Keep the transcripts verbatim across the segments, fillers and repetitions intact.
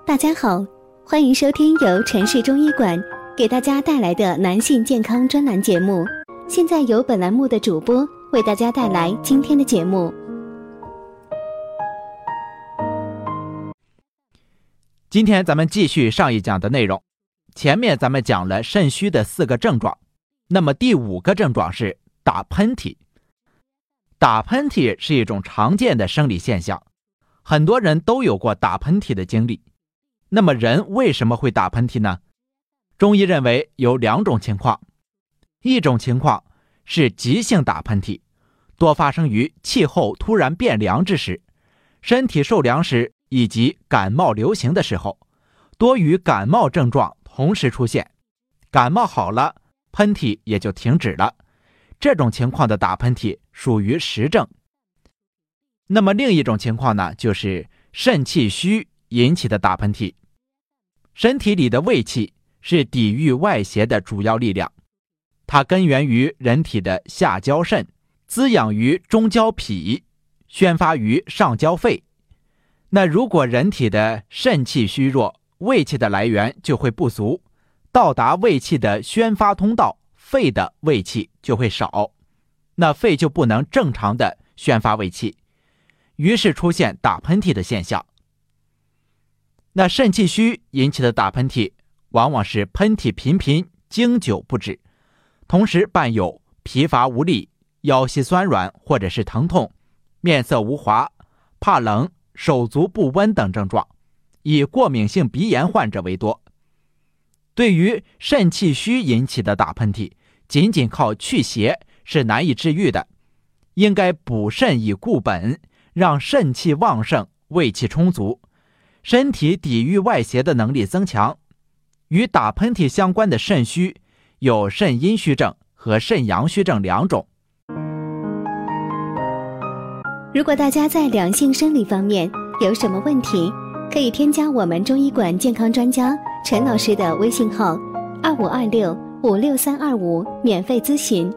大家好，欢迎收听由城市中医馆给大家带来的男性健康专栏节目。现在由本栏目的主播为大家带来今天的节目。 今天咱们继续上一讲的内容，前面咱们讲了肾虚的四个症状，那么第五个症状是打喷嚏。打喷嚏是一种常见的生理现象，很多人都有过打喷嚏的经历。那么人为什么会打喷嚏呢？中医认为有两种情况，一种情况是急性打喷嚏，多发生于气候突然变凉之时，身体受凉时以及感冒流行的时候，多与感冒症状同时出现，感冒好了，喷嚏也就停止了。这种情况的打喷嚏属于实症。那么另一种情况呢，就是肾气虚引起的打喷嚏。身体里的胃气是抵御外邪的主要力量，它根源于人体的下焦肾，滋养于中焦脾，宣发于上焦肺。那如果人体的肾气虚弱，胃气的来源就会不足，到达胃气的宣发通道，肺的胃气就会少，那肺就不能正常的宣发胃气，于是出现打喷嚏的现象。那肾气虚引起的打喷嚏往往是喷嚏频频，经久不止，同时伴有疲乏无力、腰膝酸软或者是疼痛、面色无华、怕冷、手足不温等症状，以过敏性鼻炎患者为多。对于肾气虚引起的打喷嚏，仅仅靠去邪是难以治愈的，应该补肾以固本，让肾气旺盛，胃气充足，身体抵御外邪的能力增强。与打喷嚏相关的肾虚有肾阴虚症和肾阳虚症两种。 如果大家在两性生理方面有什么问题，可以添加我们中医馆健康专家陈老师的微信号二五二六五六三二五免费咨询。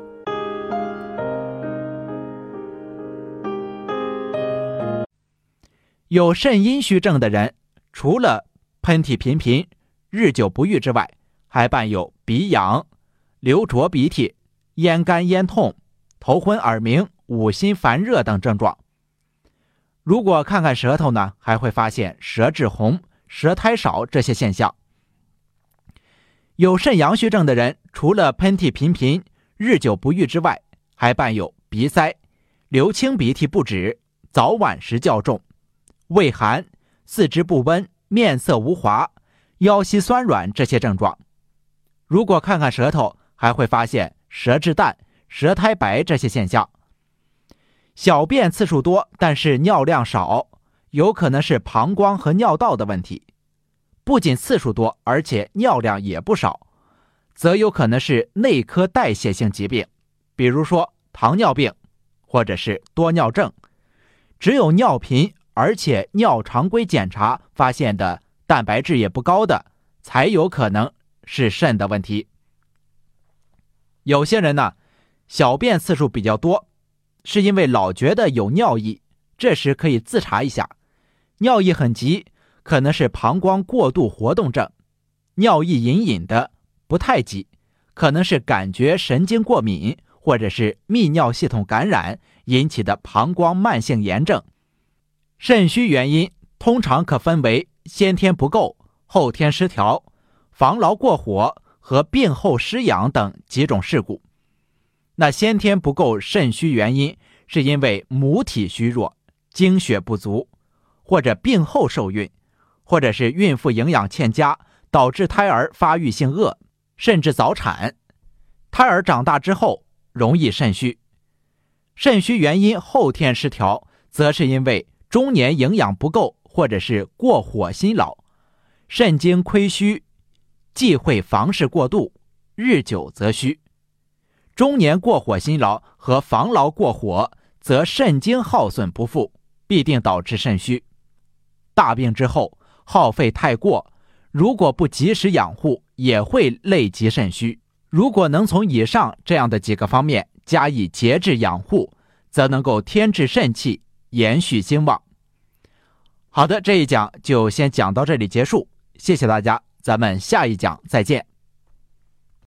有肾阴虚症的人，除了喷嚏频频、日久不愈之外，还伴有鼻痒、流浊鼻涕、咽干咽痛、头昏耳鸣、五心烦热等症状。如果看看舌头呢，还会发现舌质红、舌苔少这些现象。有肾阳虚症的人，除了喷嚏频频、日久不愈之外，还伴有鼻塞、流清鼻涕不止、早晚时较重、畏寒、四肢不温、面色无华、腰膝酸软这些症状。如果看看舌头，还会发现舌质淡、舌苔白这些现象。小便次数多，但是尿量少，有可能是膀胱和尿道的问题。不仅次数多，而且尿量也不少，则有可能是内科代谢性疾病，比如说糖尿病或者是多尿症。只有尿频而且尿常规检查发现的蛋白质也不高的，才有可能是肾的问题。有些人呢，小便次数比较多，是因为老觉得有尿意，这时可以自查一下，尿意很急，可能是膀胱过度活动症；尿意隐隐的，不太急，可能是感觉神经过敏或者是泌尿系统感染引起的膀胱慢性炎症。肾虚原因通常可分为先天不够、后天失调、防劳过火和病后失养等几种事故。那先天不够肾虚原因是因为母体虚弱、精血不足，或者病后受孕，或者是孕妇营养欠佳，导致胎儿发育性恶，甚至早产。胎儿长大之后容易肾虚。肾虚原因后天失调，则是因为中年营养不够，或者是过火辛劳，肾精亏虚，忌讳房事过度，日久则虚。中年过火辛劳和防劳过火，则肾精耗损不复，必定导致肾虚。大病之后耗费太过，如果不及时养护，也会累及肾虚。如果能从以上这样的几个方面加以节制养护，则能够添置肾气，延续兴旺。 好的，这一讲就先讲到这里结束，谢谢大家，咱们下一讲再见。